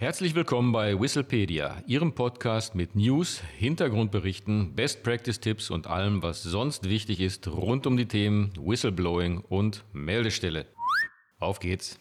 Herzlich willkommen bei Whistlepedia, Ihrem Podcast mit News, Hintergrundberichten, Best Practice Tipps und allem, was sonst wichtig ist rund um die Themen Whistleblowing und Meldestelle. Auf geht's!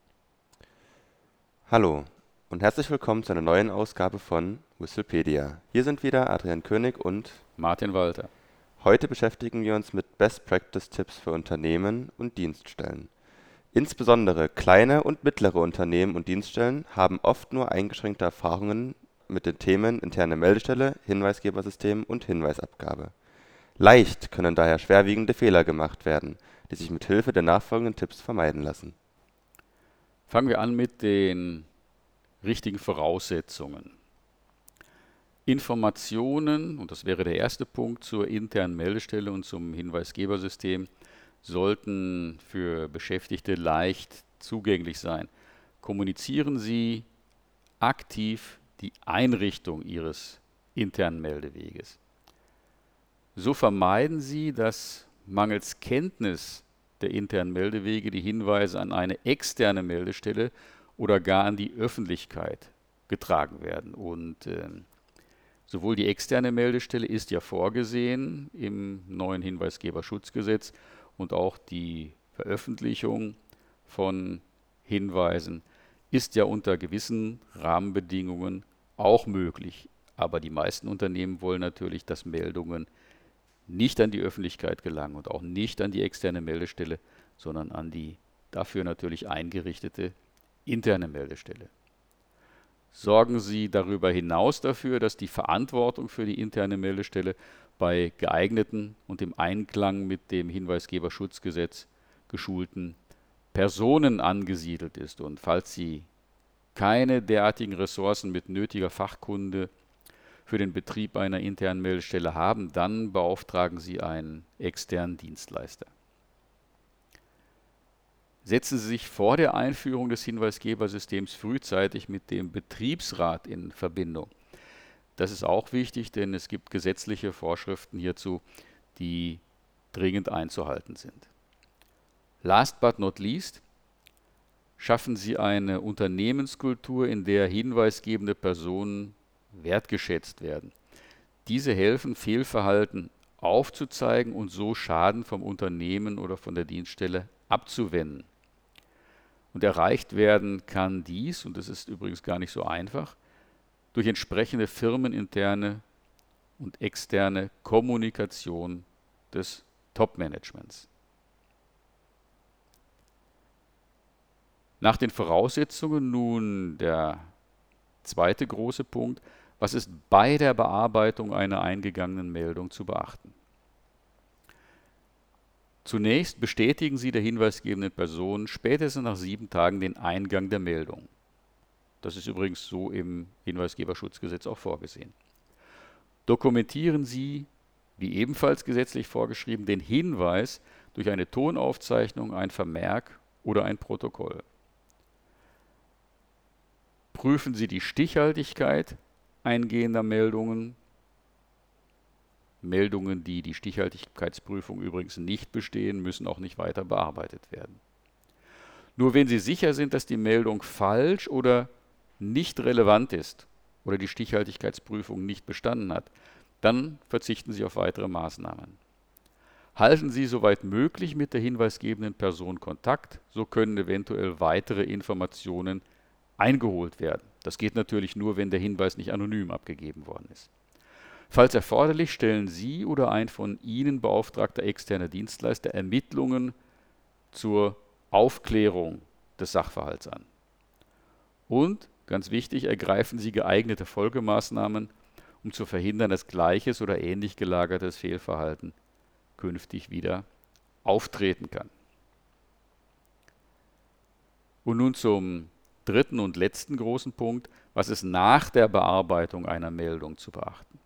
Hallo und herzlich willkommen zu einer neuen Ausgabe von Whistlepedia. Hier sind wieder Adrian König und Martin Walter. heute beschäftigen wir uns mit Best Practice Tipps für Unternehmen und Dienststellen. Insbesondere kleine und mittlere Unternehmen und Dienststellen haben oft nur eingeschränkte Erfahrungen mit den Themen interne Meldestelle, Hinweisgebersystem und Hinweisabgabe. Leicht können daher schwerwiegende Fehler gemacht werden, die sich mit Hilfe der nachfolgenden Tipps vermeiden lassen. Fangen wir an mit den richtigen Voraussetzungen. Informationen, und das wäre der erste Punkt, zur internen Meldestelle und zum Hinweisgebersystem sollten für Beschäftigte leicht zugänglich sein. Kommunizieren Sie aktiv die Einrichtung Ihres internen Meldeweges. So vermeiden Sie, dass mangels Kenntnis der internen Meldewege die Hinweise an eine externe Meldestelle oder gar an die Öffentlichkeit getragen werden. Und sowohl die externe Meldestelle ist ja vorgesehen im neuen Hinweisgeberschutzgesetz und auch die Veröffentlichung von Hinweisen ist ja unter gewissen Rahmenbedingungen auch möglich. Aber die meisten Unternehmen wollen natürlich, dass Meldungen nicht an die Öffentlichkeit gelangen und auch nicht an die externe Meldestelle, sondern an die dafür natürlich eingerichtete interne Meldestelle. Sorgen Sie darüber hinaus dafür, dass die Verantwortung für die interne Meldestelle bei geeigneten und im Einklang mit dem Hinweisgeberschutzgesetz geschulten Personen angesiedelt ist. Und falls Sie keine derartigen Ressourcen mit nötiger Fachkunde für den Betrieb einer internen Meldestelle haben, dann beauftragen Sie einen externen Dienstleister. Setzen Sie sich vor der Einführung des Hinweisgebersystems frühzeitig mit dem Betriebsrat in Verbindung. Das ist auch wichtig, denn es gibt gesetzliche Vorschriften hierzu, die dringend einzuhalten sind. Last but not least, schaffen Sie eine Unternehmenskultur, in der hinweisgebende Personen wertgeschätzt werden. Diese helfen, Fehlverhalten aufzuzeigen und so Schaden vom Unternehmen oder von der Dienststelle abzuwenden. Und erreicht werden kann dies, und das ist übrigens gar nicht so einfach, durch entsprechende firmeninterne und externe Kommunikation des Top-Managements. Nach den Voraussetzungen nun der zweite große Punkt: Was ist bei der Bearbeitung einer eingegangenen Meldung zu beachten? Zunächst bestätigen Sie der hinweisgebenden Person spätestens nach 7 Tagen den Eingang der Meldung. Das ist übrigens so im Hinweisgeberschutzgesetz auch vorgesehen. Dokumentieren Sie, wie ebenfalls gesetzlich vorgeschrieben, den Hinweis durch eine Tonaufzeichnung, ein Vermerk oder ein Protokoll. Prüfen Sie die Stichhaltigkeit eingehender Meldungen. Meldungen, die die Stichhaltigkeitsprüfung übrigens nicht bestehen, müssen auch nicht weiter bearbeitet werden. Nur wenn Sie sicher sind, dass die Meldung falsch oder nicht relevant ist oder die Stichhaltigkeitsprüfung nicht bestanden hat, dann verzichten Sie auf weitere Maßnahmen. Halten Sie soweit möglich mit der hinweisgebenden Person Kontakt, so können eventuell weitere Informationen eingeholt werden. Das geht natürlich nur, wenn der Hinweis nicht anonym abgegeben worden ist. Falls erforderlich, stellen Sie oder ein von Ihnen beauftragter externer Dienstleister Ermittlungen zur Aufklärung des Sachverhalts an. Und, ganz wichtig, ergreifen Sie geeignete Folgemaßnahmen, um zu verhindern, dass gleiches oder ähnlich gelagertes Fehlverhalten künftig wieder auftreten kann. Und nun zum dritten und letzten großen Punkt: Was ist nach der Bearbeitung einer Meldung zu beachten?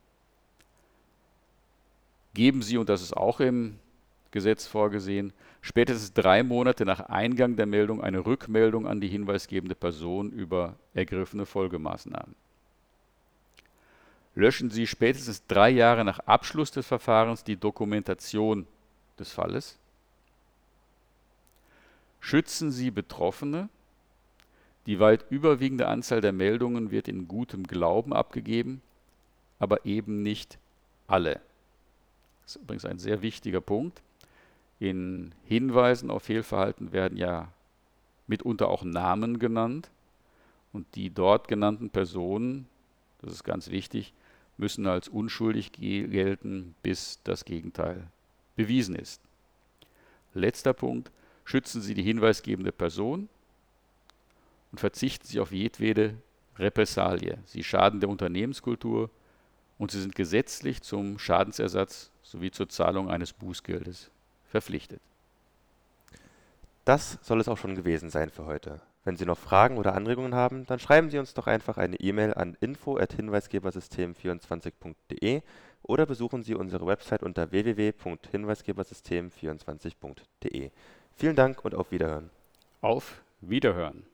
Geben Sie, und das ist auch im Gesetz vorgesehen, spätestens 3 Monate nach Eingang der Meldung eine Rückmeldung an die hinweisgebende Person über ergriffene Folgemaßnahmen. Löschen Sie spätestens 3 Jahre nach Abschluss des Verfahrens die Dokumentation des Falles. Schützen Sie Betroffene, Die weit überwiegende Anzahl der Meldungen wird in gutem Glauben abgegeben, aber eben nicht alle. Das ist übrigens ein sehr wichtiger Punkt. In Hinweisen auf Fehlverhalten werden ja mitunter auch Namen genannt und die dort genannten Personen, das ist ganz wichtig, müssen als unschuldig gelten, bis das Gegenteil bewiesen ist. Letzter Punkt: Schützen Sie die hinweisgebende Person und verzichten Sie auf jedwede Repressalie. Sie schaden der Unternehmenskultur und Sie sind gesetzlich zum Schadensersatz sowie zur Zahlung eines Bußgeldes verpflichtet. Das soll es auch schon gewesen sein für heute. Wenn Sie noch Fragen oder Anregungen haben, dann schreiben Sie uns doch einfach eine E-Mail an info@hinweisgebersystem24.de oder besuchen Sie unsere Website unter www.hinweisgebersystem24.de. Vielen Dank und auf Wiederhören. Auf Wiederhören!